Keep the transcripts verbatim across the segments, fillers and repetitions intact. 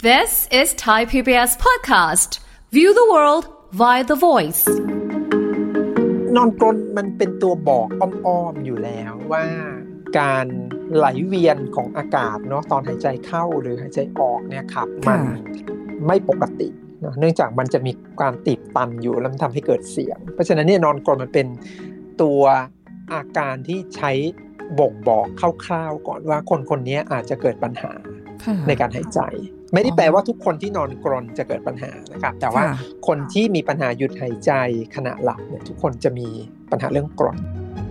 This is Thai พี บี เอส podcast. View the world via the voice. นอนกรนมันเป็นตัวบอกอ้อมๆอยู่แล้วว่าการไหลเวียนของอากาศเนาะตอนหายใจเข้าหรือหายใจออกเนี่ยครับมันไม่ปกติเนาะเนื่องจากมันจะมีการตีบตันอยู่แล้วมันทำให้เกิดเสียงเพราะฉะนั้นเนี่ยนอนกรนมันเป็นตัวอาการที่ใช้บ่งบอกคร่าวๆก่อนว่าคนคนนี้อาจจะเกิดปัญหาในการหายใจไม่ได้แปลว่าทุกคนที่นอนกรนจะเกิดปัญหานะครับแต่ว่าคนที่มีปัญหาหยุดหายใจขณะหลับเนี่ยทุกคนจะมีปัญหาเรื่องกรน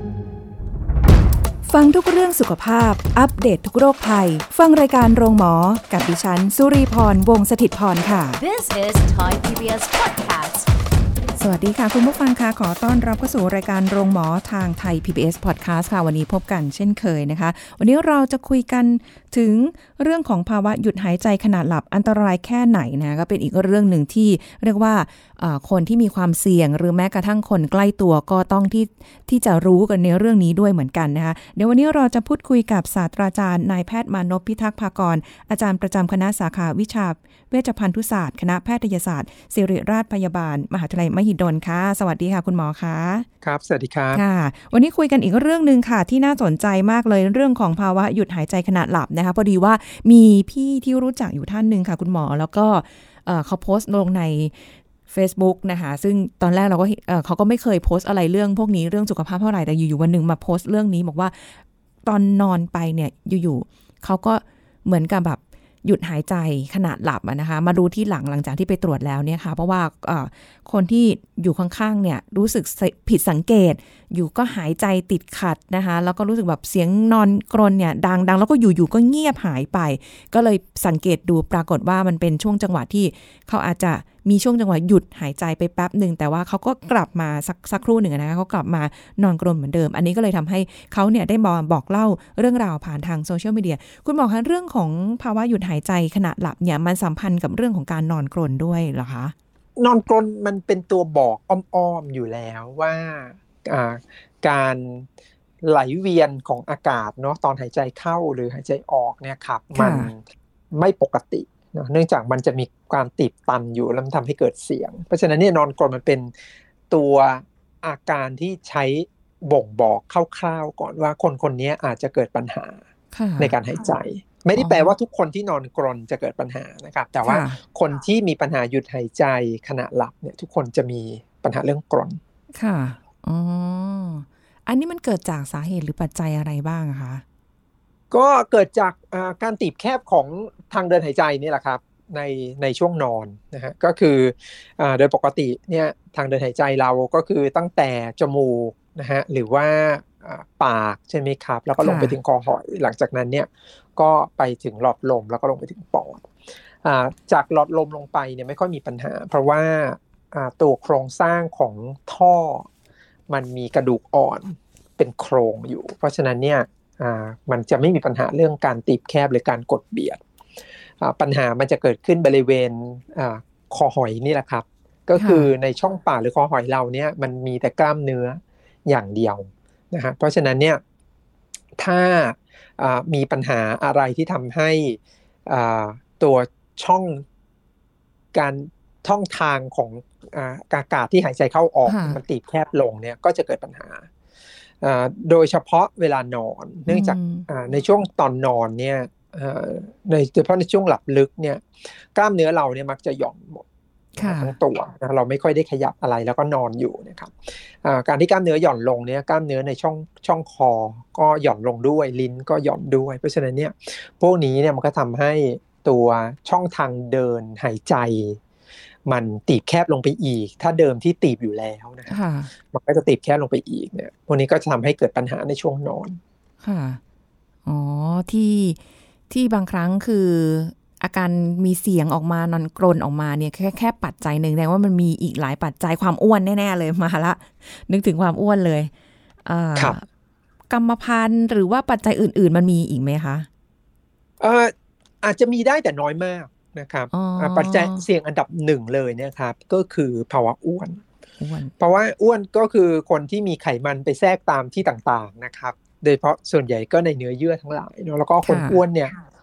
ฟังทุกเรื่องสุขภาพอัปเดต ท, ทุกโรคภัยฟังรายการโรงหมอกับดิฉันสุรีพรวงศ์สถิตย์พรค่ะ This is Thai พี บี เอส podcast. สวัสดีค่ะคุณผู้ฟังค่ะขอต้อนรับเข้าสู่รายการโรงหมอทางไทย พี บี เอส Podcast ค่ะวันนี้พบกันเช่นเคยนะคะวันนี้เราจะคุยกันถึงเรื่องของภาวะหยุดหายใจขณะหลับอันตรายแค่ไหนนะก็เป็นอีกเรื่องหนึ่งที่เรียกว่าคนที่มีความเสี่ยงหรือแม้กระทั่งคนใกล้ตัวก็ต้องที่ที่จะรู้กันในเรื่องนี้ด้วยเหมือนกันนะคะเดี๋ยววันนี้เราจะพูดคุยกับศาสตราจารย์นายแพทย์มานพพิทักษ์ภากรอาจารย์ประจำคณะสาขาวิชาเวชภัณฑุศาสตร์คณะแพทยศาสตร์ศิริราชพยาบาลมหาวิทยาลัยมหิดลค่ะสวัสดีค่ะคุณหมอคะครับสวัสดีครับค่ะวันนี้คุยกันอีกเรื่องนึงค่ะที่น่าสนใจมากเลยเรื่องของภาวะหยุดหายใจขณะหลับนะคะพอดีว่ามีพี่ที่รู้จักอยู่ท่านนึงค่ะคุณหมอแล้วก็เอ่อเขาโพสต์ลงในFacebook นะคะซึ่งตอนแรกเราก็เอ่อเขาก็ไม่เคยโพสต์อะไรเรื่องพวกนี้เรื่องสุขภาพเท่าไหร่แต่อยู่ๆวันนึงมาโพสต์เรื่องนี้บอกว่าตอนนอนไปเนี่ยอยู่ๆเขาก็เหมือนกับแบบหยุดหายใจขณะหลับนะคะมาดูที่หลังหลังจากที่ไปตรวจแล้วเนี่ยค่ะเพราะว่าคนที่อยู่ข้างๆเนี่ยรู้สึกผิดสังเกตอยู่ก็หายใจติดขัดนะคะแล้วก็รู้สึกแบบเสียงนอนกรนเนี่ยดังๆแล้วก็อยู่ๆก็เงียบหายไปก็เลยสังเกตดูปรากฏว่ามันเป็นช่วงจังหวะที่เขาอาจจะมีช่วงจังหวะหยุดหายใจไปแป๊บหนึ่งแต่ว่าเขาก็กลับมาสักสักครู่หนึ่งนะคะเขากลับมานอนกรนเหมือนเดิมอันนี้ก็เลยทำให้เขาเนี่ยได้บอกบอกเล่าเรื่องราวผ่านทางโซเชียลมีเดียคุณหมอคะเรื่องของภาวะหยุดหายใจขณะหลับเนี่ยมันสัมพันธ์กับเรื่องของการนอนกรนด้วยเหรอคะนอนกรนมันเป็นตัวบอกอ้อมๆอยู่แล้วว่าการไหลเวียนของอากาศเนาะตอนหายใจเข้าหรือหายใจออกเนี่ยครับมันไม่ปกติเนื่องจากมันจะมีการตีบตันอยู่แล้วมันทำให้เกิดเสียงเพราะฉะนั้นเนี่ยนอนกรนมันเป็นตัวอาการที่ใช้บ่งบอกคร่าวๆก่อนว่าคนคนนี้อาจจะเกิดปัญหาในการหายใจไม่ได้แปลว่าทุกคนที่นอนกรนจะเกิดปัญหานะครับแต่ว่าคนที่มีปัญหาหยุดหายใจขณะหลับเนี่ยทุกคนจะมีปัญหาเรื่องกรนค่ะอ๋ออันนี้มันเกิดจากสาเหตุหรือปัจจัยอะไรบ้างคะก็เกิดจากการตีบแคบของทางเดินหายใจนี่แหละครับในในช่วงนอนนะฮะก็คือโดยปกติเนี่ยทางเดินหายใจเราก็คือตั้งแต่จมูกนะฮะหรือว่าปากใช่ไหมครับแล้วก็ลงไปถึงคอหอยหลังจากนั้นเนี่ยก็ไปถึงหลอดลมแล้วก็ลงไปถึงปอดจากหลอดลมลงไปเนี่ยไม่ค่อยมีปัญหาเพราะว่าตัวโครงสร้างของท่อมันมีกระดูกอ่อนเป็นโครงอยู่เพราะฉะนั้นเนี่ยมันจะไม่มีปัญหาเรื่องการตีบแคบหรือการกดเบียดปัญหามันจะเกิดขึ้นบริเวณคอหอยนี่แหละครับก็คือในช่องปากหรือคอหอยเราเนี่ยมันมีแต่กล้ามเนื้ออย่างเดียวนะฮะเพราะฉะนั้นเนี่ยถ้ามีปัญหาอะไรที่ทำให้ตัวช่องการท่องทางของอากาศที่หายใจเข้าออกมันตีบแคบลงเนี่ยก็จะเกิดปัญหาโดยเฉพาะเวลานอนเนื่องจากในช่วงตอนนอนเนี่ยในโดยเฉพาะในช่วงหลับลึกเนี่ยกล้ามเนื้อเราเนี่ยมักจะหย่อนหมดทั้งตัวนะเราไม่ค่อยได้ขยับอะไรแล้วก็นอนอยู่นะครับการที่กล้ามเนื้อหย่อนลงเนี่ยกล้ามเนื้อในช่องช่องคอก็หย่อนลงด้วยลิ้นก็หย่อนด้วยเพราะฉะนั้นเนี่ยพวกนี้เนี่ยมันก็ทำให้ตัวช่องทางเดินหายใจมันตีบแคบลงไปอีกถ้าเดิมที่ตีบอยู่แล้วนะมันก็จะตีบแคบลงไปอีกเนี่ยพวกนี้ก็จะทำให้เกิดปัญหาในช่วงนอนค่ะอ๋อที่ที่บางครั้งคืออาการมีเสียงออกมานอนกรนออกมาเนี่ยแค่แค่ปัจจัยหนึ่งแต่ว่ามันมีอีกหลายปัจจัยความอ้วนแน่ๆเลยมาละนึกถึงความอ้วนเลยครับกรรมพันธุ์หรือว่าปัจจัยอื่นๆมันมีอีกไหมคะเอ่ออาจจะมีได้แต่น้อยมากนะครับปัจจัยเสี่ยงอันดับหนึ่งเลยนะครับก็คือภาวะอ้วนเพราะว่าอ้วนก็คือคนที่มีไขมันไปแทรกตามที่ต่างๆนะครับโดยเฉพาะส่วนใหญ่ก็ในเนื้อเยื่อทั้งหลายเนาะแล้วก็คนอ้วนเนี่ย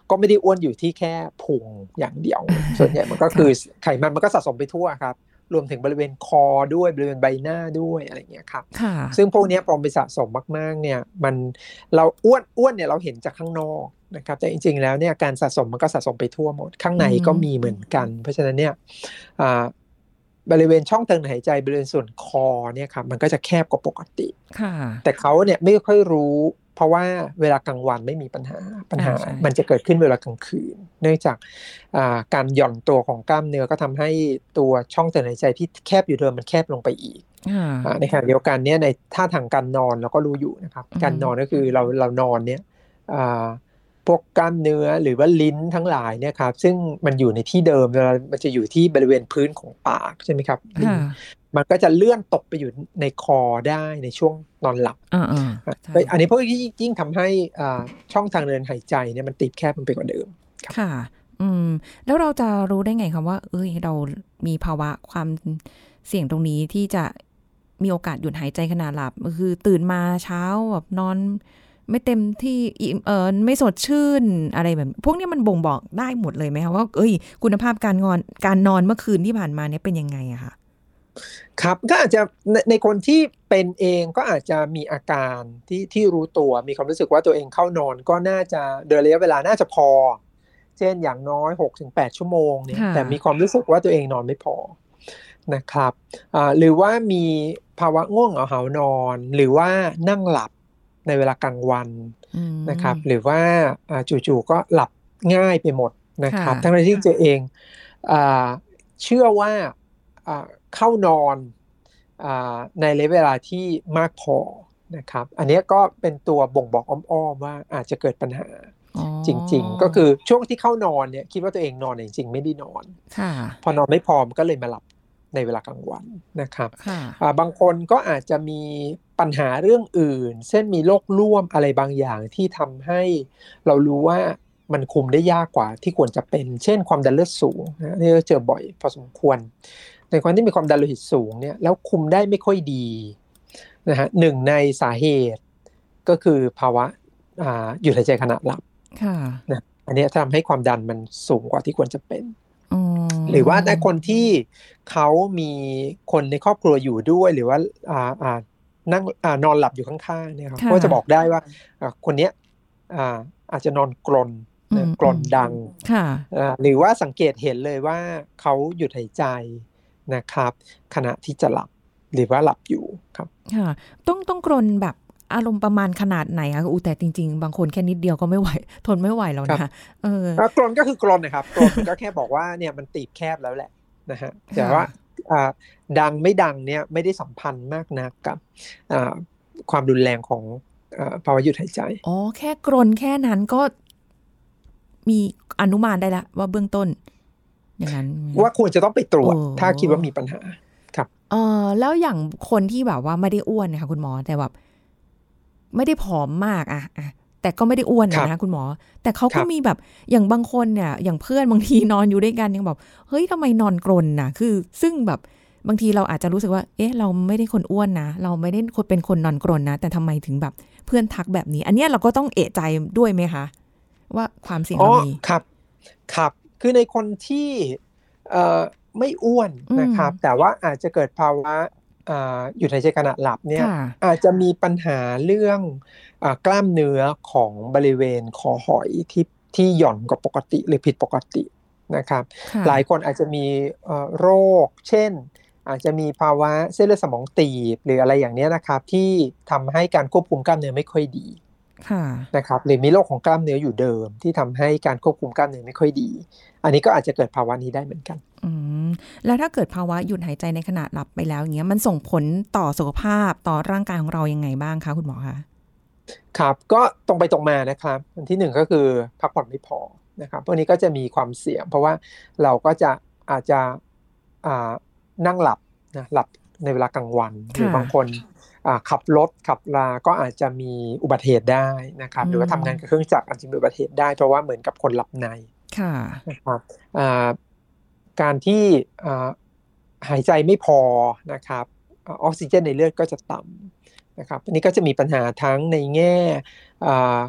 ก็ไม่ได้อ้วนอยู่ที่แค่พุงอย่างเดียว ส่วนใหญ่มันก็คือไขมันมันก็สะสมไปทั่วครับรวมถึงบริเวณคอด้วยบริเวณใบหน้าด้วยอะไรอย่างเงี้ยครับซึ่งพวกนี้พอไปสะสมมากๆเนี่ยมันเราอ้วนอ้วนเนี่ยเราเห็นจากข้างนอกนะครับแต่จริงๆแล้วเนี่ยการสะสมมันก็สะสมไปทั่วหมดข้างในก็มีเหมือนกันเพราะฉะนั้นเนี่ยบริเวณช่องทางหายใจบริเวณส่วนคอเนี่ยครับมันก็จะแคบกว่าปกติแต่เขาเนี่ยไม่ค่อยรู้เพราะว่าเวลากลางวันไม่มีปัญหาปัญหามันจะเกิดขึ้นเวลากลางคืนเนื่องจากการหย่อนตัวของกล้ามเนื้อก็ทำให้ตัวช่องทางหายใจที่แคบอยู่เดิมมันแคบลงไปอีกในขณะเดียวกันเนี่ยในท่าทางการนอนเราก็รู้อยู่นะครับการนอนก็คือเราเรานอนเนี่ยพวกกล้ามเนื้อหรือว่าลิ้นทั้งหลายเนี่ยครับซึ่งมันอยู่ในที่เดิมมันจะอยู่ที่บริเวณพื้นของปากใช่ไหมครับมันก็จะเลื่อนตกไปอยู่ในคอได้ในช่วงนอนหลับ อ, อันนี้พวกที่ยิ่งทำให้ช่องทางเดินหายใจเนี่ยมันติดแคบลงไปกว่าเดิมค่ะอืมแล้วเราจะรู้ได้ไงครับว่าเอ้ยเรามีภาวะความเสี่ยงตรงนี้ที่จะมีโอกาสหยุดหายใจขณะหลับคือตื่นมาเช้าแบบนอนไม่เต็มที่เออไม่สดชื่นอะไรแบบพวกนี้มันบ่งบอกได้หมดเลยไหมคะว่าเอ้ยคุณภาพการนอนการนอนเมื่อคืนที่ผ่านมาเนี่ยเป็นยังไงอะคะครับก็อาจจะในในคนที่เป็นเองก็อาจจะมีอาการที่ที่รู้ตัวมีความรู้สึกว่าตัวเองเข้านอนก็น่าจะโดยระยะเวลาน่าจะพอเช่นอย่างน้อย หกถึงแปด ชั่วโมงเนี่ยแต่มีความรู้สึกว่าตัวเองนอนไม่พอนะครับอ่าหรือว่ามีภาวะง่วงเหงาหานอนหรือว่านั่งหลับในเวลากลางวันนะครับหรือว่าจู่ๆก็หลับง่ายไปหมดนะครับทั้งที่ตัวเองเชื่อว่าเข้านอนในระยะเวลาที่มากพอนะครับอันนี้ก็เป็นตัวบ่งบอกอ้อมๆว่าอาจจะเกิดปัญหาจริงๆก็คือช่วงที่เข้านอนเนี่ยคิดว่าตัวเองนอนจริงๆไม่ได้นอนพอนอนไม่พอก็เลยมาหลับในเวลากลางวันนะครับบางคนก็อาจจะมีปัญหาเรื่องอื่นเช่นมีโรคร่วมอะไรบางอย่างที่ทำให้เรารู้ว่ามันคุมได้ยากกว่าที่ควรจะเป็นเช่นความดันเลือดสูงนะนี่เจอบ่อยพอสมควรในคนที่มีความดันโลหิตสูงเนี่ยแล้วคุมได้ไม่ค่อยดีนะฮะหนึ่งในสาเหตุก็คือภาวะหยุดหายใจขณะหลับนะอันนี้ทำให้ความดันมันสูงกว่าที่ควรจะเป็นหรือว่าในคนที่เขามีคนในครอบครัวอยู่ด้วยหรือว่าอ่าอ่านั่งอ่านอนหลับอยู่ข้างๆเนี่ยครับก็จะบอกได้ว่าคนนี้อ่าอาจจะนอนกรนกรนดังหรือว่าสังเกตเห็นเลยว่าเขาหยุดหายใจนะครับขณะที่จะหลับหรือว่าหลับอยู่ครับค่ะต้องต้องกรนแบบอารมณ์ประมาณขนาดไหนคะอูแต่จริงๆบางคนแค่นิดเดียวก็ไม่ไหวทนไม่ไหวแล้วนะเออกรนก็คือกรนนะครับกรนก็แค่บอกว่าเนี่ยมันตีบแคบแล้วแหละนะฮะแต่ว่าดังไม่ดังเนี่ยไม่ได้สัมพันธ์มากนักกับความรุนแรงของภาวะหยุดหายใจอ๋อแค่กรนแค่นั้นก็มีอนุมานได้ละว่าเบื้องต้นอย่างนั้นว่าควรจะต้องไปตรวจถ้าคิดว่ามีปัญหาครับเออแล้วอย่างคนที่แบบว่าไม่ได้อ้วนนะคะคุณหมอแต่แบบไม่ได้ผอมมากอะอะแต่ก็ไม่ได้อ้วนนะคุณหมอแต่เขาก็มีแบบอย่างบางคนเนี่ยอย่างเพื่อนบางทีนอนอยู่ด้วยกันยังแบบเฮ้ยทำไมนอนกรนน่ะคือซึ่งแบบบางทีเราอาจจะรู้สึกว่าเอ๊ะเราไม่ได้คนอ้วนนะเราไม่ได้เป็นคนนอนกรนนะแต่ทำไมถึงแบบเพื่อนทักแบบนี้อันนี้เราก็ต้องเอะใจด้วยไหมคะว่าความเสี่ยงเรามีครับครับคือในคนที่เอ่อไม่อ้วนนะครับแต่ว่าอาจจะเกิดภาวะหยุดหายใจขณะหลับเนี่ยอาจจะมีปัญหาเรื่องกล้ามเนื้อของบริเวณคอหอยที่ที่หย่อนกว่าปกติหรือผิดปกตินะครับหลายคนอาจจะมีโรคเช่นอาจจะมีภาวะเส้นเลือดสมองตีบหรืออะไรอย่างนี้นะครับที่ทำให้การควบคุมกล้ามเนื้อไม่ค่อยดีนะครับหรือมีโรคของกล้ามเนื้ออยู่เดิมที่ทำให้การควบคุมกล้ามเนื้อไม่ค่อยดีอันนี้ก็อาจจะเกิดภาวะนี้ได้เหมือนกันอืมแล้วถ้าเกิดภาวะหยุดหายใจในขณะหลับไปแล้วอย่างเงี้ยมันส่งผลต่อสุขภาพต่อร่างกายของเรายังไงบ้างคะคุณหมอคะครับก็ตรงไปตรงมานะครับอันที่หนึ่งก็คือพักผ่อนไม่พอนะครับพวกนี้ก็จะมีความเสี่ยงเพราะว่าเราก็จะอาจจะอ่านั่งหลับนะหลับในเวลากลางวันหรือบางคนขับรถขับราก็อาจจะมีอุบัติเหตุได้นะครับหรือว่าทำงานกับเครื่องจักรอาจจะมีอุบัติเหตุได้เพราะว่าเหมือนกับคนหลับในนะครับการที่หายใจไม่พอนะครับออกซิเจนในเลือดก็จะต่ำนะครับอันนี้ก็จะมีปัญหาทั้งในแง่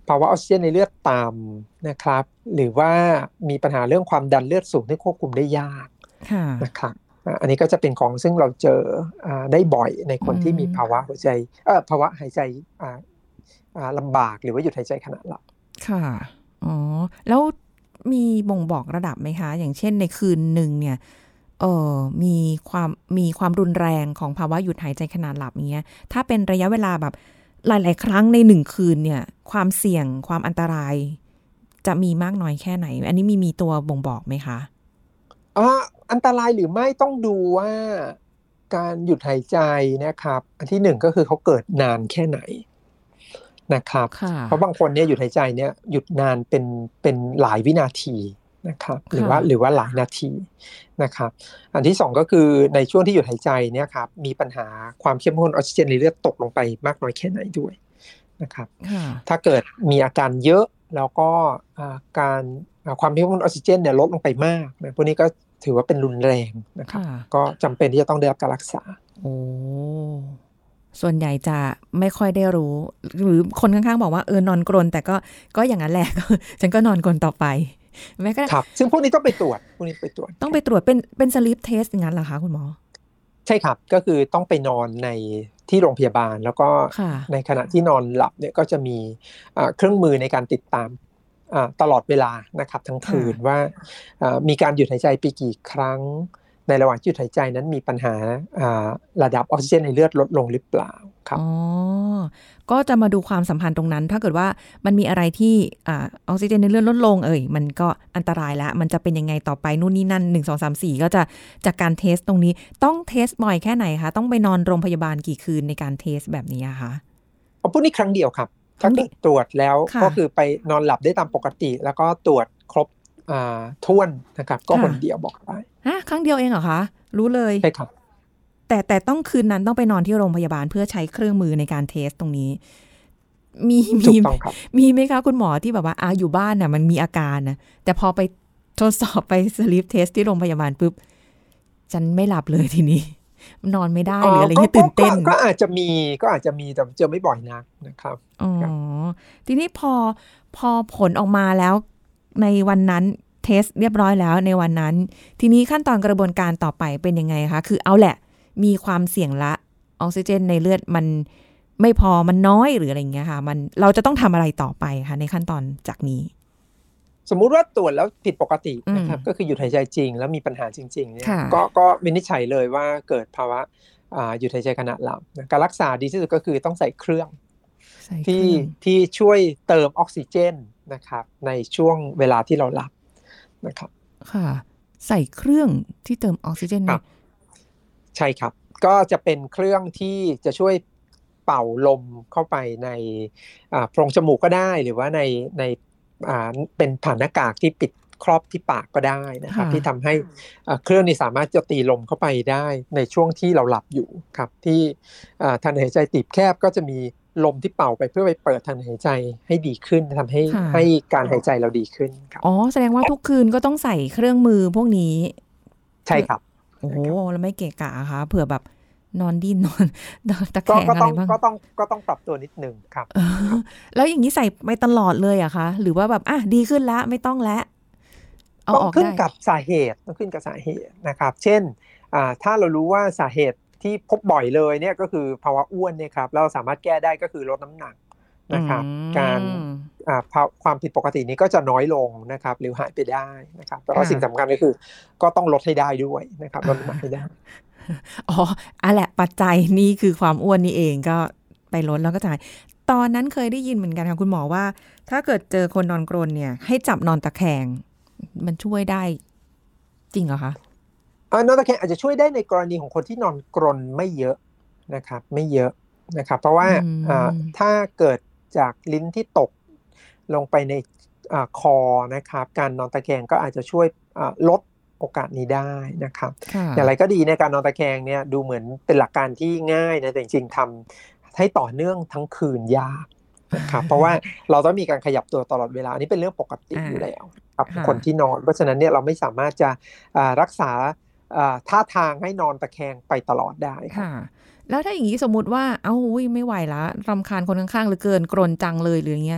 ภาวะออกซิเจนในเลือดต่ำนะครับหรือว่ามีปัญหาเรื่องความดันเลือดสูงที่ควบคุมได้ยากนะครับอันนี้ก็จะเป็นของซึ่งเราเจอได้บ่อยในคนที่มีภาวะหัวใจเอ่อภาวะหายใจลำบากหรือว่าหยุดหายใจขณะหลับค่ะอ๋อแล้วมีบ่งบอกระดับไหมคะอย่างเช่นในคืนหนึ่งเนี่ยเออมีความมีความรุนแรงของภาวะหยุดหายใจขณะหลับอย่างเงี้ยถ้าเป็นระยะเวลาแบบหลายๆครั้งในหนึ่งคืนเนี่ยความเสี่ยงความอันตรายจะมีมากน้อยแค่ไหนอันนี้มีมีตัวบ่งบอกไหมคะอ๋ออันตรายหรือไม่ต้องดูว่าการหยุดหายใจนะครับอันที่หนึ่งก็คือเขาเกิดนานแค่ไหนนะครับเพราะบางคนเนี่ยหยุดหายใจเนี่ยหยุดนานเป็นเป็นหลายวินาทีนะครับหรือว่าหรือว่าหลายนาทีนะครับอันที่สองก็คือในช่วงที่หยุดหายใจเนี่ยครับมีปัญหาความเข้มข้นออกซิเจนในเลือดตกลงไปมากน้อยแค่ไหนด้วยนะครับถ้าเกิดมีอาการเยอะแล้วก็การความเข้มข้นออกซิเจนเนี่ยลดลงไปมากนะพวกนี้ก็ถือว่าเป็นรุนแรงนะครับก็จำเป็นที่จะต้องได้รับการรักษาโอ้ส่วนใหญ่จะไม่ค่อยได้รู้หรือคนข้างๆบอกว่าเออนอนกรนแต่ก็ก็อย่างนั้นแหละฉันก็นอนกรนต่อไปแม้ก็ครับซึ่งพวกนี้ต้องไปตรวจพวกนี้ไปตรวจต้องไปตรวจเป็นเป็นสลีปเทสอย่างนั้นเหรอคะคุณหมอใช่ครับก็คือต้องไปนอนในที่โรงพยาบาลแล้วก็ในขณะที่นอนหลับเนี่ยก็จะมีเครื่องมือในการติดตามตลอดเวลานะครับทั้งคืนว่ามีการหยุดหายใจไปกี่ครั้งในระหว่างหยุดหายใจนั้นมีปัญหาระดับออกซิเจนในเลือดลดลงหรือเปล่าครับอ๋อก็จะมาดูความสัมพันธ์ตรงนั้นถ้าเกิดว่ามันมีอะไรที่ออกซิเจนในเลือดลดลงเอ่ยมันก็อันตรายแล้วมันจะเป็นยังไงต่อไปนู่นนี่นั่นหนึ่ง สอง สาม สี่ก็จะจากการเทสตรงนี้ต้องเทสบ่อยแค่ไหนคะต้องไปนอนโรงพยาบาลกี่คืนในการเทสแบบนี้คะเอาพวกนี้ครั้งเดียวครับถ้าตรวจแล้วก็คือไปนอนหลับได้ตามปกติแล้วก็ตรวจครบถ้วนนะครับก็คนเดียวบอกได้ฮะครั้งเดียวเองเหรอคะรู้เลยใช่ครับแต่แต่ต้องคืนนั้นต้องไปนอนที่โรงพยาบาลเพื่อใช้เครื่องมือในการเทสตรงนี้มีมีมีไหมคะคุณหมอที่แบบว่าอาอยู่บ้านน่ะมันมีอาการนะแต่พอไปทดสอบไปสลีปเทสที่โรงพยาบาลปุ๊บฉันไม่หลับเลยทีนี้นอนไม่ได้หรืออะไรเงี้ยตื่นเต้นก็อาจจะมีก็อาจจะมีแต่เจอไม่บ่อยนักนะครับอ๋อทีนี้พอพอผลออกมาแล้วในวันนั้นเทสเรียบร้อยแล้วในวันนั้นทีนี้ขั้นตอนกระบวนการต่อไปเป็นยังไงคะคือเอาแหละมีความเสี่ยงละออกซิเจนในเลือดมันไม่พอมันน้อยหรืออะไรอย่างเงี้ยค่ะมันเราจะต้องทำอะไรต่อไปคะในขั้นตอนจากนี้สมมุติว่าตรวจแล้วผิดปกตินะครับก็คือหยุดหายใจจริงแล้วมีปัญหาจริงๆเนี่ยก็ก็วินิจฉัยเลยว่าเกิดภาวะหยุดหายใจขณะหลับการรักษาดีที่สุดก็คือต้องใส่เครื่องที่ที่ช่วยเติมออกซิเจนนะครับในช่วงเวลาที่เราหลับนะครับค่ะใส่เครื่องที่เติมออกซิเจนใช่ครับก็จะเป็นเครื่องที่จะช่วยเป่าลมเข้าไปในโพรงจมูกก็ได้หรือว่าในในเป็นผ่านหน้ากากที่ปิดครอบที่ปากก็ได้นะครับที่ทำให้เครื่องนี้สามารถจะตีลมเข้าไปได้ในช่วงที่เราหลับอยู่ครับที่ทางหายใจตีบแคบก็จะมีลมที่เป่าไปเพื่อไปเปิดทางหายใจให้ดีขึ้นทำให้ให้การหายใจเราดีขึ้นครับอ๋อแสดงว่าทุกคืนก็ต้องใส่เครื่องมือพวกนี้ใช่ครับโอ้แล้วไม่เกะกะคะเผื่อแบบนอนดิ้นนอนตะแคงอะไรบ้างก็ต้องก็ต้องปรับตัวนิดนึงครับแล้วอย่างนี้ใส่ไปตลอดเลยอะคะหรือว่าแบบอ่ะดีขึ้นแล้วไม่ต้องแล้วเอาออกได้ต้องขึ้นกับสาเหตุต้องขึ้นกับสาเหตุนะครับเช่นถ้าเรารู้ว่าสาเหตุที่พบบ่อยเลยเนี่ยก็คือภาวะอ้วนเนี่ยครับเราสามารถแก้ได้ก็คือลดน้ำหนักนะครับการความผิดปกตินี้ก็จะน้อยลงนะครับหรือหายไปได้นะครับแต่ว่าสิ่งสำคัญก็คือก็ต้องลดให้ได้ด้วยนะครับลดน้ำหนักให้ได้อ๋ออ่ะแหละปัจจัยนี่คือความอ้วนนี่เองก็ไปลดแล้วก็จ่ายตอนนั้นเคยได้ยินเหมือนกันค่ะคุณหมอว่าถ้าเกิดเจอคนนอนกรนเนี่ยให้จับนอนตะแคงมันช่วยได้จริงเหรอคะนอนตะแคงอาจจะช่วยได้ในกรณีของคนที่นอนกรนไม่เยอะนะครับไม่เยอะนะครับเพราะว่าถ้าเกิดจากลิ้นที่ตกลงไปในคอนะครับการนอนตะแคงก็อาจจะช่วยลดโอกาสนี้ได้นะครับอย่างไรก็ดีในการนอนตะแคงเนี่ยดูเหมือนเป็นหลักการที่ง่ายนะแต่จริงๆทำให้ต่อเนื่องทั้งคืนยากนะครับเพราะว่าเราต้องมีการขยับตัวตลอดเวลาอันนี้เป็นเรื่องปกติอยู่แล้วครับคนที่นอนเพราะฉะนั้นเนี่ยเราไม่สามารถจะรักษาท่าทางให้นอนตะแคงไปตลอดได้ค่ะแล้วถ้าอย่างนี้สมมุติว่าเอ้าไม่ไหวแล้วรำคาญคนข้างๆเหลือเกินกรนจังเลยหรืออย่างเงี้ย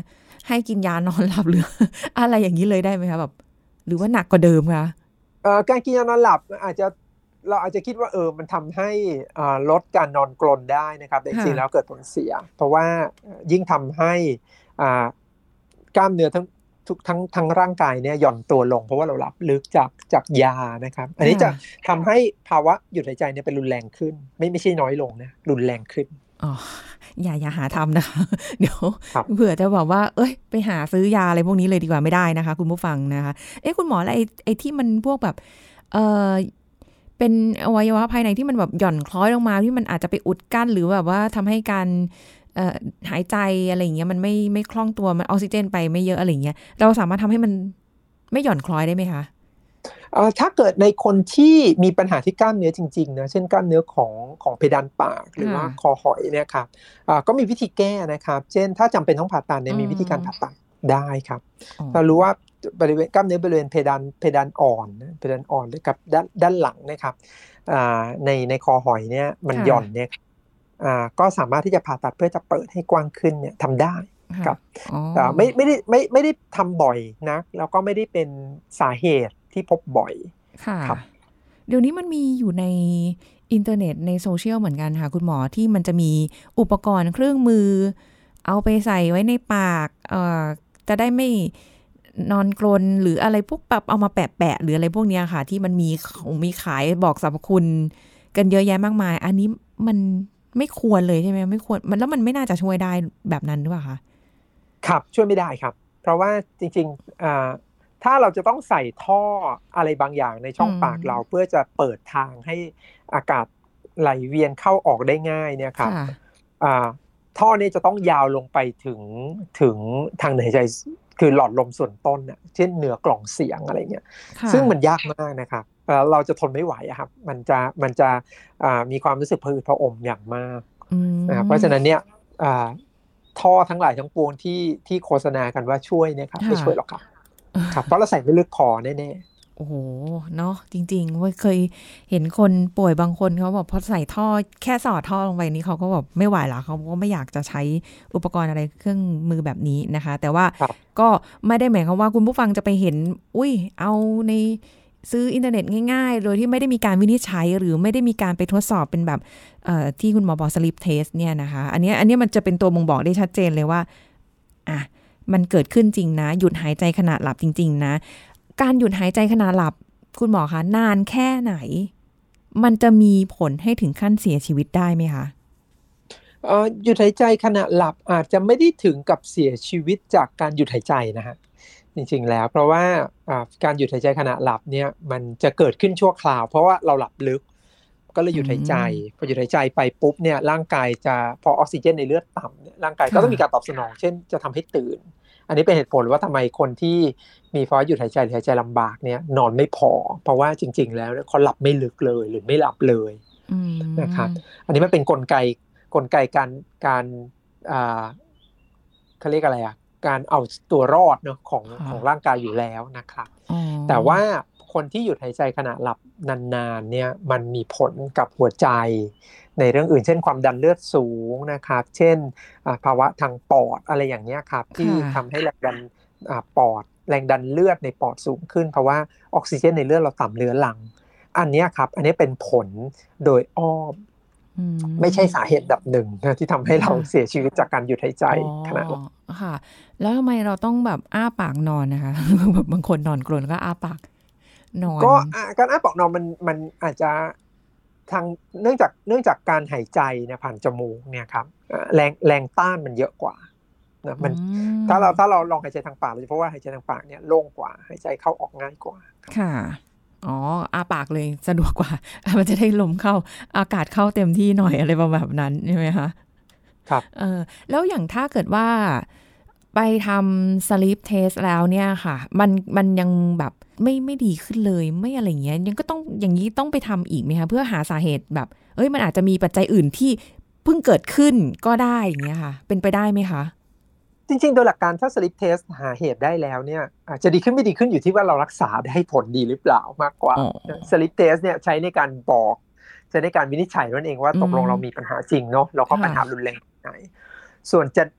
ให้กินยานอนหลับหรือ อะไรอย่างนี้เลยได้ไหมคะแบบหรือว่าหนักกว่าเดิมคะเอ่อการกินยานอนหลับอาจจะเราอาจจะคิดว่าเออมันทำให้อ่าลดการนอนกรนได้นะครับแต่จริงๆแล้วเกิดผลเสียเพราะว่ายิ่งทำให้อ่ากล้ามเนื้อทั้งทุกทั้งทั้งร่างกายเนี่ยหย่อนตัวลงเพราะว่าเราหลับลึกจากจากยานะครับอันนี้จะทำให้ภาวะหยุดหายใจเนี่ยเป็นรุนแรงขึ้นไม่ไม่ใช่น้อยลงนะรุนแรงขึ้นอ๋ออย่าอย่าหาทำนะคะเดี๋ยวเผื่อจะบอกว่าเอ้ยไปหาซื้อยาอะไรพวกนี้เลยดีกว่าไม่ได้นะคะคุณผู้ฟังนะคะเอ๊ะคุณหมออะไรไอ้ไอ้ที่มันพวกแบบเออเป็นอวัยวะภายในที่มันแบบหย่อนคล้อยลงมาที่มันอาจจะไปอุดกั้นหรือแบบว่าทำให้การเอ่อหายใจอะไรอย่างเงี้ยมันไม่ไม่คล่องตัวมันออกซิเจนไปไม่เยอะอะไรอย่างเงี้ยเราสามารถทำให้มันไม่หย่อนคล้อยได้ไหมคะถ้าเกิดในคนที่มีปัญหาที่กล้ามเนื้อจริงๆนะเช่นกล้ามเนื้อของของเพดานปากหรือว่าคอหอยเนี่ยครับก็มีวิธีแก้นะครับเช่นถ้าจำเป็นต้องผ่าตัดเนี่ยมีวิธีการผ่าตัดได้ครับเรารู้ว่าบริเวณกล้ามเนื้อบริเวณเพดานเพดานอ่อนเพดานอ่อนหรือกับด้านด้านหลังนะครับในในคอหอยเนี่ยมันหย่อนเนี่ยก็สามารถที่จะผ่าตัดเพื่อจะเปิดให้กว้างขึ้นเนี่ยทำได้ครับแต่ไม่ไม่ได้ไม่ไม่ได้ทำบ่อยนะแล้วก็ไม่ได้เป็นสาเหตุที่พบบ่อยค่ะเดี๋ยวนี้มันมีอยู่ในอินเทอร์เน็ตในโซเชียลเหมือนกันค่ะคุณหมอที่มันจะมีอุปกรณ์เครื่องมือเอาไปใส่ไว้ในปากเอ่อจะได้ไม่นอนกรนหรืออะไรพวกแบบเอามาแปะๆหรืออะไรพวกนี้ค่ะที่มันมีมีขายบอกสรรพคุณกันเยอะแยะมากมายอันนี้มันไม่ควรเลยใช่ไหมไม่ควรมันแล้วมันไม่น่าจะช่วยได้แบบนั้นหรือเปล่าคะครับช่วยไม่ได้ครับเพราะว่าจริงๆอ่าถ้าเราจะต้องใส่ท่ออะไรบางอย่างในช่องปากเราเพื่อจะเปิดทางให้อากาศไหลเวียนเข้าออกได้ง่ายเนี่ยครับท่อนี้จะต้องยาวลงไปถึงถึงทางเดินหายใจคือหลอดลมส่วนต้นเนี่ยเช่นเหนือกล่องเสียงอะไรเงี้ยซึ่งมันยากมากนะครับเราจะทนไม่ไหวครับมันจะมันจะมีความรู้สึกผะอืดผะอมอย่างมากนะเพราะฉะนั้นเนี่ยท่อทั้งหลายทั้งปวงที่ที่โฆษณากันว่าช่วยเนี่ยครับไม่ช่วยหรอกครับครับเพราะเราใส่ไม่ลึกพอแน่ๆโอ้โหเนาะจริงๆว่าเคยเห็นคนป่วยบางคนเขาบอกพอใส่ท่อแค่สอดท่อลงไปนี้เขาก็แบบไม่ไหวละเขาก็ไม่อยากจะใช้อุปกรณ์อะไรเครื่องมือแบบนี้นะคะแต่ว่าก็ไม่ได้หมายความว่าคุณผู้ฟังจะไปเห็นอุ้ยเอาในซื้ออินเทอร์เน็ตง่ายๆโดยที่ไม่ได้มีการวินิจฉัยหรือไม่ได้มีการไปทดสอบเป็นแบบที่คุณหมอบอก sleep test เนี่ยนะคะอันนี้อันนี้มันจะเป็นตัวบ่งบอกได้ชัดเจนเลยว่าอ่ะมันเกิดขึ้นจริงนะหยุดหายใจขณะหลับจริงๆนะการหยุดหายใจขณะหลับคุณหมอคะนานแค่ไหนมันจะมีผลให้ถึงขั้นเสียชีวิตได้ไหมคะเอ่อหยุดหายใจขณะหลับอาจจะไม่ได้ถึงกับเสียชีวิตจากการหยุดหายใจนะฮะจริงๆแล้วเพราะว่าการหยุดหายใจขณะหลับเนี่ยมันจะเกิดขึ้นชั่วคราวเพราะว่าเราหลับลึกก็เลยหยุดหายใจพอหยุดหายใจไปปุ๊บเนี่ยร่างกายจะพอออกซิเจนในเลือดต่ำเนี่ยร่างกายก็ต้องมีการตอบสนองเช่นจะทำให้ตื่นอันนี้เป็นเหตุผลว่าทำไมคนที่มีภาวะหยุดหายใจหรือหายใจลำบากเนี่ยนอนไม่พอเพราะว่าจริงๆแล้วเขาหลับไม่ลึกเลยหรือไม่หลับเลยนะครับอันนี้มันเป็นกลไกกลไกการการอ่าเขาเรียกอะไรอ่ะการเอาตัวรอดเนาะของของร่างกายอยู่แล้วนะครับแต่ว่าคนที่หยุดหายใจขณะหลับนานๆเนี่ยมันมีผลกับหัวใจในเรื่องอื่นเช่นความดันเลือดสูงนะครับเช่นภาวะทางปอดอะไรอย่างเนี้ยครับที่ทำให้แรงดันปอดแรงดันเลือดในปอดสูงขึ้นเพราะว่าออกซิเจนในเลือดเราต่ำเรื้อรังอันนี้ครับอันนี้เป็นผลโดยอ้อมไม่ใช่สาเหตุดับหนึ่งนะที่ทำให้เราเสียชีวิตจากการหยุดหายใจขณะหลับค่ะแล้วทำไมเราต้องแบบอ้าปากนอนนะคะบางคนนอนกรนก็อ้าปากนอนก็การอ้าปากนอนมันมันอาจจะทางเนื่องจากเนื่องจากการหายใจเนี่ยผ่านจมูกเนี่ยครับแรงแรงต้านมันเยอะกว่านะมันถ้าเราถ้าเราลองหายใจทางปากเราจะพบว่าหายใจทางปากเนี่ยโล่งกว่าหายใจเข้าออกง่ายกว่าค่ะอ๋ออ้าปากเลยสะดวกกว่ามันจะได้ลมเข้าอากาศเข้าเต็มที่หน่อยอะไรประมาณแบบนั้นใช่ไหมคะครับเออแล้วอย่างถ้าเกิดว่าไปทำ sleep test แล้วเนี่ยค่ะมันมันยังแบบไม่ไม่ดีขึ้นเลยไม่อะไรเงี้ยยังก็ต้องอย่างนี้ต้องไปทำอีกไหมคะเพื่อหาสาเหตุแบบเอ้ยมันอาจจะมีปัจจัยอื่นที่เพิ่งเกิดขึ้นก็ได้อย่างเงี้ยค่ะเป็นไปได้ไหมคะจริงๆโดยหลักการถ้า sleep test หาเหตุได้แล้วเนี่ยอาจจะดีขึ้นไม่ดีขึ้นอยู่ที่ว่าเรารักษาได้ผลดีหรือเปล่ามากกว่า sleep test เนี่ยใช้ในการบอกใช้ในการวินิจฉัยนั่นเองว่าตกลงเรามีปัญหาจริงเนาะเราก็ปัญหารุนแรงไหนส่วนจะ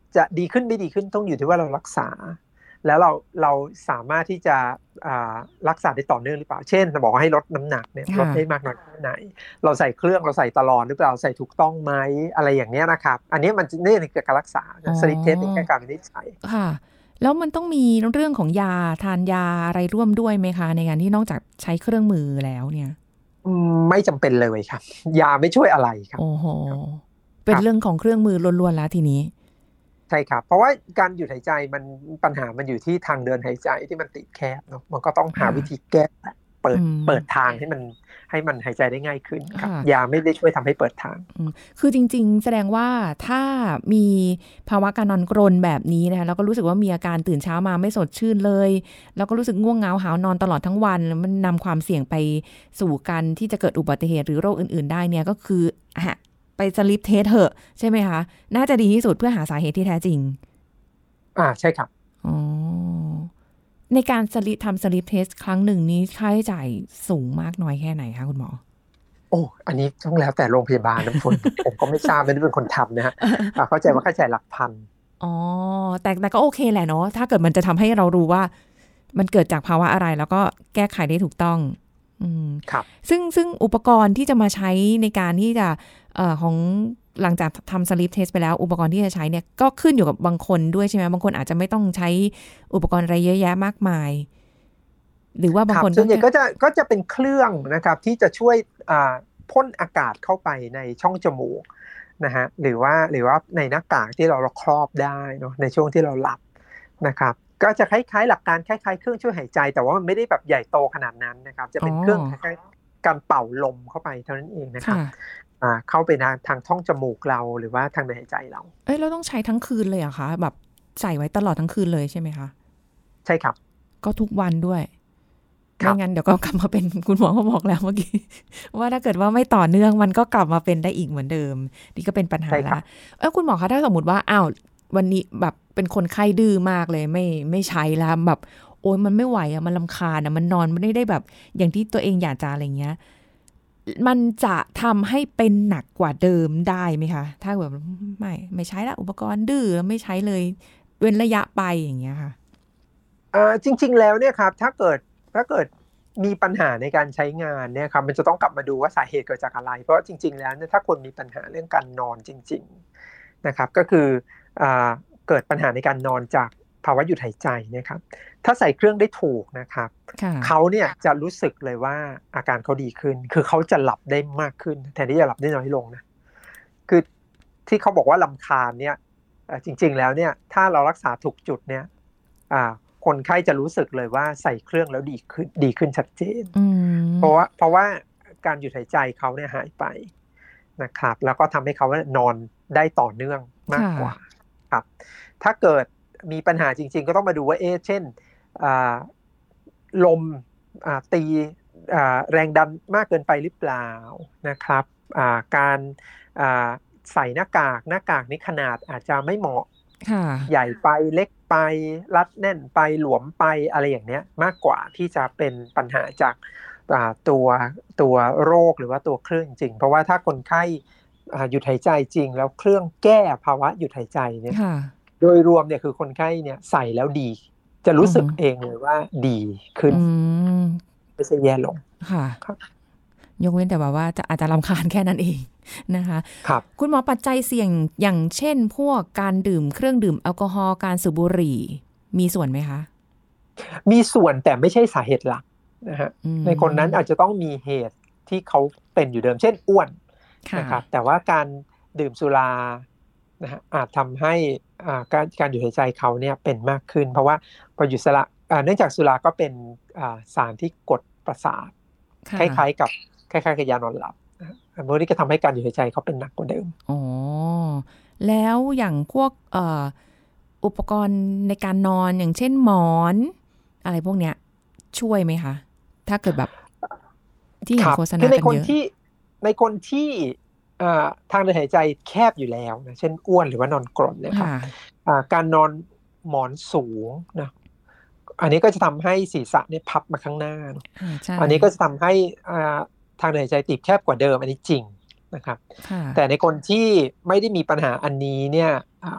จะดีขึ้นไม่ดีขึ้นต้องอยู่ที่ว่าเรารักษาแล้วเราเราสามารถที่จะรักษาได้ต่อเนื่องหรือเปล่าเช่นบอกว่าให้ลดน้ำหนักเนี่ยลดได้มากน้อยแค่ไหนเราใส่เครื่องเราใส่ตลอดหรือเปล่าใส่ถูกต้องไหมอะไรอย่างเนี้ยนะครับอันนี้มันนี่คือการรักษาสลิปเทสเป็นแค่การวินิจฉัยค่ะแล้วมันต้องมีเรื่องของยาทานยาอะไรร่วมด้วยไหมคะในการที่นอกจากใช้เครื่องมือแล้วเนี่ยไม่จำเป็นเลยครับยาไม่ช่วยอะไรครับโอ้โหเป็นเรื่องของเครื่องมือล้วนๆแล้วทีนี้ใช่ครับเพราะว่าการหยุดหายใจมันปัญหามันอยู่ที่ทางเดินหายใจที่มันติดแคบเนาะมันก็ต้องหาวิธีแก้เปิดเปิดทางให้มันให้มันหายใจได้ง่ายขึ้นครับยาไม่ได้ช่วยทำให้เปิดทางคือจริงๆแสดงว่าถ้ามีภาวะการนอนกรนแบบนี้นะคะแล้วก็รู้สึกว่ามีอาการตื่นเช้ามาไม่สดชื่นเลยแล้วก็รู้สึกง่วงเหงาหาวนอนตลอดทั้งวันมันนำความเสี่ยงไปสู่การที่จะเกิดอุบัติเหตุหรือโรคอื่นๆได้เนี่ยก็คือไปสลิปเทสเถอะใช่ไหมคะน่าจะดีที่สุดเพื่อหาสาเหตุที่แท้จริงอ่าใช่ครับอ๋อในการสลิปทำสลิปเทสครั้งหนึ่งนี้ค่าใช้จ่ายสูงมากน้อยแค่ไหนคะคุณหมอโอ้อันนี้ต้องแล้วแต่โรงพยาบาลนะคน ผมก็ไม่ทราบไม่ได้เป็นคนทำนะฮะเข้าใจว่าค่าใช้จ่ายหลักพันอ๋อแต่แต่ก็โอเคแหละเนาะถ้าเกิดมันจะทำให้เรารู้ว่ามันเกิดจากภาวะอะไรแล้วก็แก้ไขได้ถูกต้องอืมครับซึ่งซึ่งอุปกรณ์ที่จะมาใช้ในการที่จะเอ่อของหลังจากทำสลิปเทสไปแล้วอุปกรณ์ที่จะใช้เนี่ยก็ขึ้นอยู่กับบางคนด้วยใช่ไหมบางคนอาจจะไม่ต้องใช้อุปกรณ์อะไรเยอะแยะมากมายหรือว่าบางคนส่วนใหญ่ก็จะก็จะเป็นเครื่องนะครับที่จะช่วยพ่นอากาศเข้าไปในช่องจมูกนะฮะหรือว่าหรือว่าในหน้ากากที่เราครอบได้เนาะในช่วงที่เราหลับนะครับก็จะคล้ายๆหลักการคล้ายๆเครื่องช่วยหายใจแต่ว่ามันไม่ได้แบบใหญ่โตขนาดนั้นนะครับจะเป็นเครื่องคล้ายๆการเป่าลมเข้าไปเท่านั้นเองนะครับเข้าไปทางช่องจมูกเราหรือว่าทางเดินหายใจเราเอ้ยเราต้องใช้ทั้งคืนเลยเหรอคะแบบใส่ไว้ตลอดทั้งคืนเลยใช่ไหมคะใช่ครับก็ทุกวันด้วยไม่งั้นเดี๋ยวก็กลับมาเป็นคุณหมอเขาบอกแล้วเมื่อกี้ว่าถ้าเกิดว่าไม่ต่อเนื่องมันก็กลับมาเป็นได้อีกเหมือนเดิมนี่ก็เป็นปัญหาละเออคุณหมอคะถ้าสมมติว่าอ้าววันนี้แบบเป็นคนไข้ดื้อมากเลยไม่ไม่ใช้แล้วแบบโอ๊ยมันไม่ไหวอะมันรำคาญอะมันนอนไม่ได้แบบอย่างที่ตัวเองอยากจะอะไรเงี้ยมันจะทำให้เป็นหนักกว่าเดิมได้ไหมคะถ้าแบบไม่ไม่ใช้ละอุปกรณ์ดื้อไม่ใช้เลยเว้นระยะไปอย่างเงี้ยค่ะอ่าจริงๆแล้วเนี่ยครับถ้าเกิดถ้าเกิดมีปัญหาในการใช้งานเนี่ยครับมันจะต้องกลับมาดูว่าสาเหตุเกิดจากอะไรเพราะจริงๆแล้วเนี่ยถ้าคนมีปัญหาเรื่องการนอนจริงๆนะครับก็คืออ่าเกิดปัญหาในการนอนจากภาวะหยุดหายใจนะครับถ้าใส่เครื่องได้ถูกนะครับเขาเนี่ยจะรู้สึกเลยว่าอาการเขาดีขึ้นคือเขาจะหลับได้มากขึ้นแทนที่จะหลับได้น้อยลงนะคือที่เขาบอกว่ารำคาญเนี่ยจริงๆแล้วเนี่ยถ้าเรารักษาถูกจุดเนี่ยคนไข้จะรู้สึกเลยว่าใส่เครื่องแล้วดีขึ้นดีขึ้นชัดเจนเพราะว่าเพราะว่าการหยุดหายใจเขาเนี่ยหายไปนะครับแล้วก็ทำให้เขานอนได้ต่อเนื่องมากกว่าครับถ้าเกิดมีปัญหาจริงๆก็ต้องมาดูว่าเอ๊ะเช่นลมตีแรงดันมากเกินไปหรือเปล่านะครับการใส่หน้ากากหน้ากากนี้ขนาดอาจจะไม่เหมาะใหญ่ไปเล็กไปรัดแน่นไปหลวมไปอะไรอย่างเนี้ยมากกว่าที่จะเป็นปัญหาจากตัวตัวโรคหรือว่าตัวเครื่องจริงเพราะว่าถ้าคนไข้หยุดหายใจจริงแล้วเครื่องแก้ภาวะหยุดหายใจเนี่ยโดยรวมเนี่ยคือคนไข้เนี่ยใส่แล้วดีจะรู้สึกเองเลยว่าดีขึ้นไม่ใช่แย่ลงค่ะยกเว้นแต่แบบว่าจะอาจจะรำคาญแค่นั้นเองนะคะครับคุณหมอปัจจัยเสี่ยงอย่างเช่นพวกการดื่มเครื่องดื่มแอลกอฮอล์การสูบบุหรี่มีส่วนไหมคะมีส่วนแต่ไม่ใช่สาเหตุหลักนะฮะในคนนั้นอาจจะต้องมีเหตุที่เขาเป็นอยู่เดิมเช่นอ้วนนะครับแต่ว่าการดื่มสุรานะฮะอาจทำให้การการหยุดหายใจเขาเนี่ยเป็นมากขึ้นเพราะว่าพอหยุดสุราเนื่องจากสุราก็เป็นสารที่กดประสาทคล้ายๆกับคล้ายๆกับยานอนหลับอันนี้ก็ทำให้การหยุดหายใจเขาเป็นหนักกว่าเดิมอ๋อแล้วอย่างพวกเอ่ออุปกรณ์ในการนอนอย่างเช่นหมอนอะไรพวกเนี้ยช่วยไหมคะถ้าเกิดแบบที่เห็นโฆษณากันเยอะในคนที่ในคนที่ทางเดินหายใจแคบอยู่แล้วนะเช่นอ้วนหรือว่านอนกรนเนี่ยครับการนอนหมอนสูงนะอันนี้ก็จะทำให้ศีรษะเนี่ยพับมาข้างหน้าอันนี้ก็จะทำให้ทางเดินหายใจตีบแคบกว่าเดิมอันนี้จริงนะครับแต่ในคนที่ไม่ได้มีปัญหาอันนี้เนี่ย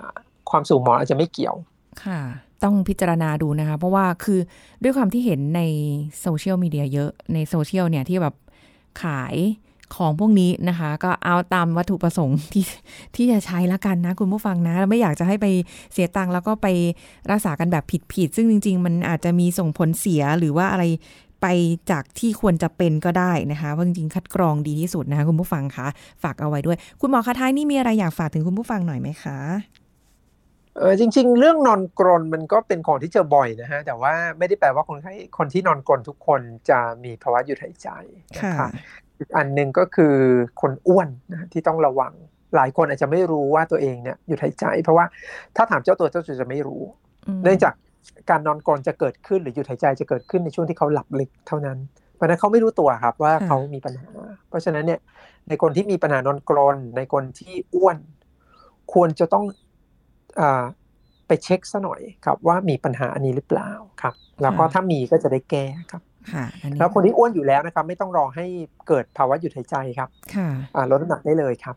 ความสูงหมอนอาจจะไม่เกี่ยวค่ะต้องพิจารณาดูนะคะเพราะว่าคือด้วยความที่เห็นในโซเชียลมีเดียเยอะในโซเชียลเนี่ยที่แบบขายของพวกนี้นะคะก็เอาตามวัตถุประสงค์ที่ที่จะใช้ละกันนะคุณผู้ฟังนะไม่อยากจะให้ไปเสียตังค์แล้วก็ไปรักษากันแบบผิดๆซึ่งจริงๆมันอาจจะมีส่งผลเสียหรือว่าอะไรไปจากที่ควรจะเป็นก็ได้นะคะว่าจริงๆคัดกรองดีที่สุดนะคะคุณผู้ฟังคะฝากเอาไว้ด้วยคุณหมอคะท้ายนี่มีอะไรอยากฝากถึงคุณผู้ฟังหน่อยไหมคะเออจริงๆเรื่องนอนกรนมันก็เป็นของที่เจอบ่อยนะฮะแต่ว่าไม่ได้แปลว่าคนไข้คนที่นอนกรนทุกคนจะมีภาวะหยุดหายใจนะคะอีกอันนึงก็คือคนอ้วนนะที่ต้องระวังหลายคนอาจจะไม่รู้ว่าตัวเองเนี่ยหยุดหายใจเพราะว่าถ้าถามเจ้าตัวเจ้าตัวจะไม่รู้เนื่องจากการนอนกรนจะเกิดขึ้นหรือหยุดหายใจจะเกิดขึ้นในช่วงที่เขาหลับลึกเท่านั้นเพราะฉะนั้นเขาไม่รู้ตัวครับว่าเขามีปัญหาเพราะฉะนั้นเนี่ยในคนที่มีปัญหานอนกรนในคนที่อ้วนควรจะต้องอ่าไปเช็คซะหน่อยครับว่ามีปัญหาอันนี้หรือเปล่าครับแล้วก็ถ้ามีก็จะได้แก้ครับแล้วคนที่อ้วนอยู่แล้วนะครับไม่ต้องรอให้เกิดภาวะหยุดหายใจครับลดน้ำหนักได้เลยครับ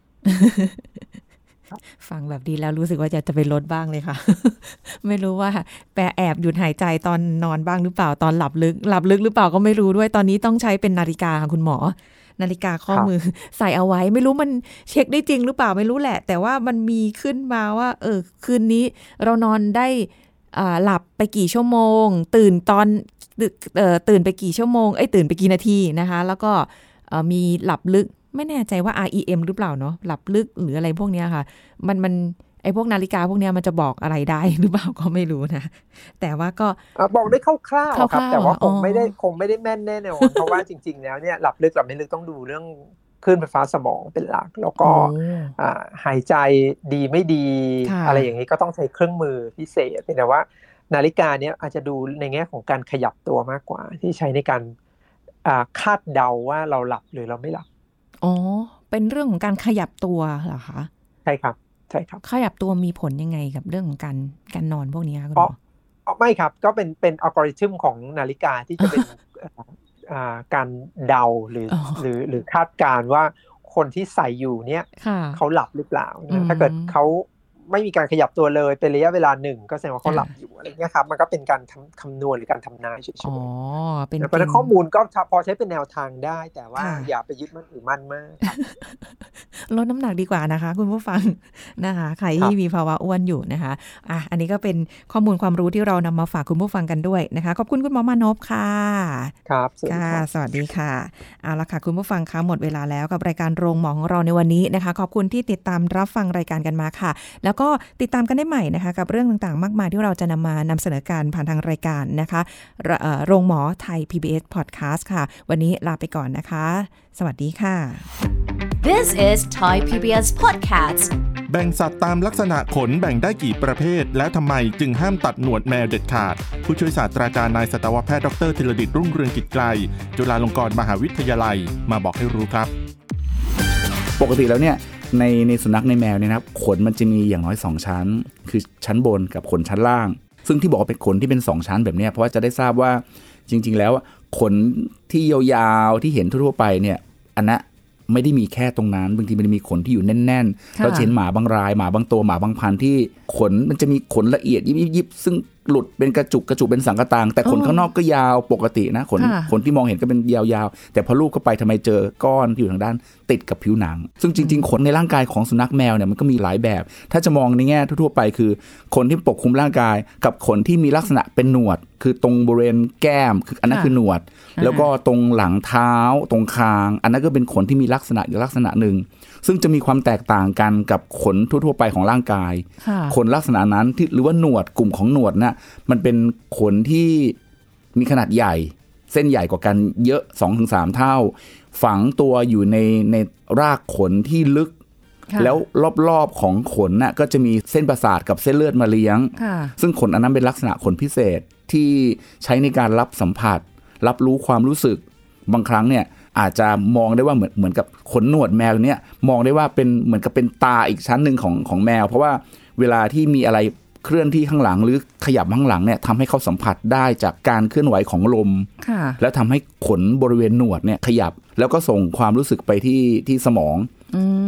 ฟังแบบดีแล้วรู้สึกว่าจะจะไปลดบ้างเลยค่ะ ไม่รู้ว่าแปรแอบหยุดหายใจตอนนอนบ้างหรือเปล่าตอนหลับลึกหลับลึกหรือเปล่าก็ไม่รู้ด้วยตอนนี้ต้องใช้เป็นนาฬิกาค่ะคุณหมอนาฬิกาข้อมือใส่เอาไว้ไม่รู้มันเช็คได้จริงหรือเปล่าไม่รู้แหละแต่ว่ามันมีขึ้นมาว่าเออคืนนี้เรานอนได้อ่าหลับไปกี่ชั่วโมงตื่นตอนเอ่อตื่นไปกี่ชั่วโมงเอ้ยตื่นไปกี่นาทีนะคะแล้วก็เอ่อมีหลับลึกไม่แน่ใจว่า อาร์ อี เอ็ม หรือเปล่าเนาะหลับลึกหรืออะไรพวกนี้ค่ะมันมันไอ้พวกนาฬิกาพวกนี้มันจะบอกอะไรได้หรือเปล่าก็ไม่รู้นะแต่ว่าก็บอกได้คร่าวๆครับแต่ว่าคงไม่ได้คงไม่ได้แม่นแน่นอนเพราะว่าจริงๆแล้วเนี่ยหลับลึกหลับไม่ลึกต้องดูเรื่องคลื่นไฟฟ้าสมองเป็นหลักแล้วก็หายใจดีไม่ดีอะไรอย่างนี้ก็ต้องใช้เครื่องมือพิเศษแต่ว่านาฬิกาเนี่ยอาจจะดูในแง่ของการขยับตัวมากกว่าที่ใช้ในการคาดเดาว่าเราหลับหรือเราไม่หลับอ๋อเป็นเรื่องของการขยับตัวเหรอคะใช่ครับใช่ครับขยับตัวมีผลยังไงกับเรื่องของการการนอนพวกนี้คุณหมออ๋อไม่ครับก็เป็นเป็นอัลกอริทึมของนาฬิกาที่จะเป็น การเดาหรือหรือหรือคาดการณ์ว่าคนที่ใส่อยู่เนี่ยเขาหลับหรือเปล่าถ้าเกิดเขาไม่มีการขยับตัวเลยเป็นระยะเวลาหนึ่งก็แสดงว่าเขาหลับอยู่อะไรเงี้ยครับมันก็เป็นการคำนวณหรือการทำนายเฉยๆอ๋อเป็นเพราะฉะนั้นข้อมูลก็พอใช้เป็นแนวทางได้แต่ว่าอย่าไปยึดมั่นถือมั่นมากลดน้ำหนักดีกว่านะคะคุณผู้ฟังนะคะใครที่มีภาวะอ้วนอยู่นะคะอ่ะอันนี้ก็เป็นข้อมูลความรู้ที่เรานำมาฝากคุณผู้ฟังกันด้วยนะคะขอบคุณคุณหมอมานพค่ะครับค่ะสวัสดีค่ะเอาละค่ะคุณผู้ฟังคะหมดเวลาแล้วกับรายการโรงหมอของเราในวันนี้นะคะขอบคุณที่ติดตามรับฟังรายการกันมาค่ะแล้วก็ติดตามกันได้ใหม่นะคะกับเรื่องต่างๆมากมายที่เราจะนำมานำเสนอการผ่านทางรายการนะคะโรงหมอไทย พี บี เอส Podcast ค่ะวันนี้ลาไปก่อนนะคะสวัสดีค่ะ This is Thai พี บี เอส Podcast แบ่งสัตว์ตามลักษณะขนแบ่งได้กี่ประเภทและทำไมจึงห้ามตัดหนวดแมวเด็ดขาดผู้ช่วยศาสตราจารย์นายสัตวแพทย์ดรธีรดิษฐ์รุ่งเรืองกิจไกรจุฬาลงกรณ์มหาวิทยาลัยมาบอกให้รู้ครับปกติแล้วเนี่ยในในสุนัขในแมวเนี่ยนะครับขนมันจะมีอย่างน้อยสองชั้นคือชั้นบนกับขนชั้นล่างซึ่งที่บอกว่าเป็นขนที่เป็นสองชั้นแบบนี้เพราะว่าจะได้ทราบว่าจริงๆแล้วขนที่ยาวๆที่เห็นทั่วๆไปเนี่ยอันนั้นไม่ได้มีแค่ตรงนั้นบางทีมันมีขนที่อยู่แน่นๆเราเห็นหมาบางรายหมาบางตัวหมาบางพันธุ์ที่ขนมันจะมีขนละเอียดยิบๆซึ่งหลุดเป็นกระจุกกระจุกเป็นสังกะตางแต่ขนข้างนอกก็ยาวปกตินะขนขนที่มองเห็นก็เป็นยาวๆแต่พอลูบเข้าไปทำไมเจอก้อนที่อยู่ทางด้านติดกับผิวหนังซึ่งจริงๆขนในร่างกายของสุนัขแมวเนี่ยมันก็มีหลายแบบถ้าจะมองในแง่ทั่วๆไปคือขนที่ปกคลุมร่างกายกับขนที่มีลักษณะเป็นหนวดคือตรงบริเวณแก้มคืออันนั้นคือหนวดแล้วก็ตรงหลังเท้าตรงคางอันนั้นก็เป็นขนที่มีลักษณะอีกลักษณะหนึ่งซึ่งจะมีความแตกต่างกันกับขนทั่วๆไปของร่างกายขนลักษณะนั้นที่หรือว่าหนวดกลุ่มของหนวดน่ะมันเป็นขนที่มีขนาดใหญ่เส้นใหญ่กว่ากันเยอะ สองถึงสาม เท่าฝังตัวอยู่ในในรากขนที่ลึกแล้วรอบๆของขนน่ะก็จะมีเส้นประสาทกับเส้นเลือดมาเลี้ยงซึ่งขนอันนั้นเป็นลักษณะขนพิเศษที่ใช้ในการรับสัมผัสรับรู้ความรู้สึกบางครั้งเนี่ยอาจจะมองได้ว่าเหมือนเหมือนกับขนหนวดแมวเนี่ยมองได้ว่าเป็นเหมือนกับเป็นตาอีกชั้นหนึ่งของของแมวเพราะว่าเวลาที่มีอะไรเคลื่อนที่ข้างหลังหรือขยับข้างหลังเนี่ยทำให้เขาสัมผัสได้จากการเคลื่อนไหวของลมแล้วทำให้ขนบริเวณหนวดเนี่ยขยับแล้วก็ส่งความรู้สึกไปที่ที่สมอง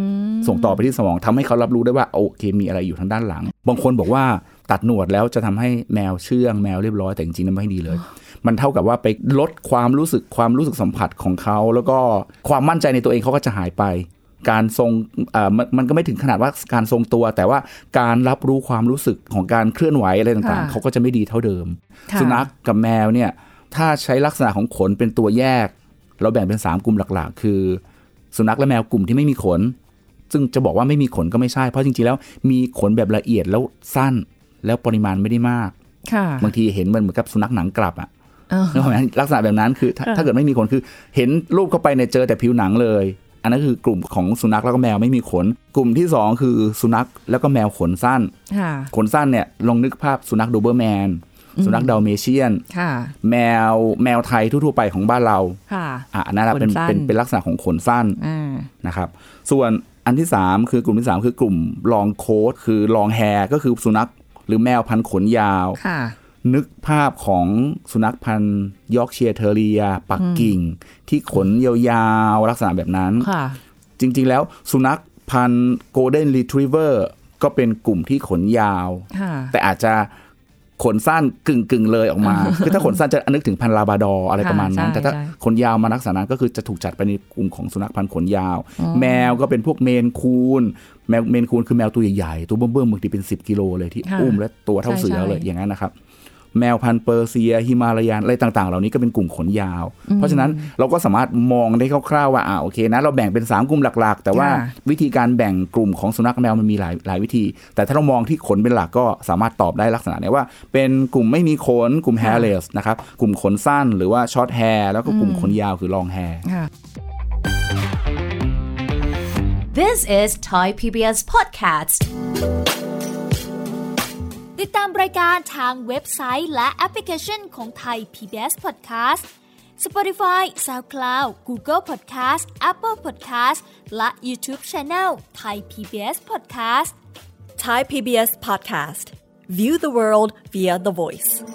ส่งต่อไปที่สมองทำให้เขารับรู้ได้ว่าโอเคมีอะไรอยู่ทางด้านหลังบางคนบอกว่าตัดหนวดแล้วจะทำให้แมวเชื่องแมวเรียบร้อยแต่จริงๆนั้นไม่ดีเลยมันเท่ากับว่าไปลดความรู้สึกความรู้สึกสัมผัสของเขาแล้วก็ความมั่นใจในตัวเองเขาก็จะหายไปการทรงเอ่อมันมันก็ไม่ถึงขนาดว่าการทรงตัวแต่ว่าการรับรู้ความรู้สึกของการเคลื่อนไหวอะไรต่างๆเขาก็จะไม่ดีเท่าเดิมสุนัขกับแมวเนี่ยถ้าใช้ลักษณะของขนเป็นตัวแยกเราแบ่งเป็นสามกลุ่มหลักๆคือสุนัขและแมวกลุ่มที่ไม่มีขนซึ่งจะบอกว่าไม่มีขนก็ไม่ใช่เพราะจริงๆแล้วมีขนแบบละเอียดแล้วสั้นแล้วปริมาณไม่ได้มากบางทีเห็นมันเหมือนกับสุนัขหนังกลับอ่ะลักษณะแบบนั้นคือถ้าเกิดไม่มีขนคือเห็นรูปเข้าไปเนี่ยเจอแต่ผิวหนังเลยอันนั้นคือกลุ่มของสุนัขแล้วก็แมวไม่มีขนกลุ่มที่สองคือสุนัขแล้วก็แมวขนสั้นขนสั้นเนี่ยลองนึกภาพสุนัขโดเบอร์แมนสุนัขดัลเมเชียนแมวแมวไทยทั่วๆไปของบ้านเราอ่ะอันนั้นเป็นเป็นเป็นลักษณะของขนสั้นนะครับส่วนอันที่สามคือกลุ่มที่สามคือกลุ่มลองโค้ทคือลองแฮร์ก็คือสุนัขหรือแมวพันธุ์ขนยาวนึกภาพของสุนัขพันธุ์ยอร์กเชียร์เทอร์เรียปักกิ่งที่ขนยาวๆลักษณะแบบนั้นจริงๆแล้วสุนัขพันธุ์โกลเด้นรีทรีเวอร์ก็เป็นกลุ่มที่ขนยาวแต่อาจจะขนสั้นกึ่งกึ่งเลยออกมาคือถ้าขนสั้นจะนึกถึงพันธุ์ลาบราดอร์อะไรประมาณนั้นแต่ถ้าขนยาวมาลักษณะนั้นก็คือจะถูกจัดไปในกลุ่มของสุนัขพันธุ์ขนยาวแมวก็เป็นพวกเมนคูนแมวเมนคูนคือแมวตัวใหญ่ๆตัวเบิ่มๆบางทีเป็นสิบกิโลเลยที่อุ้มและตัวเท่าเสือเลยอย่างนั้นนะครับแมวพันธุ์เปอร์เซียฮิมาลายันอะไรต่างๆเหล่านี้ก็เป็นกลุ่มขนยาวเพราะฉะนั้นเราก็สามารถมองได้คร่าวๆว่าอ่าโอเคนะเราแบ่งเป็นสามกลุ่มหลักๆแต่ว่าวิธีการแบ่งกลุ่มของสุนัขแมวมันมีหลายหลายวิธีแต่ถ้าเรามองที่ขนเป็นหลักก็สามารถตอบได้ลักษณะนี้ว่าเป็นกลุ่มไม่มีขนกลุ่ม hairless นะครับกลุ่มขนสั้นหรือว่า short hair แล้วก็กลุ่มขนยาวคือ long hair This is Thai พี บี เอส Podcast ติดตามรายการทางเว็บไซต์และแอปพลิเคชันของไทย พี บี เอส Podcast Spotify, SoundCloud, Google Podcast, Apple Podcast และ YouTube Channel Thai พี บี เอส Podcast Thai พี บี เอส Podcast View the world via the voice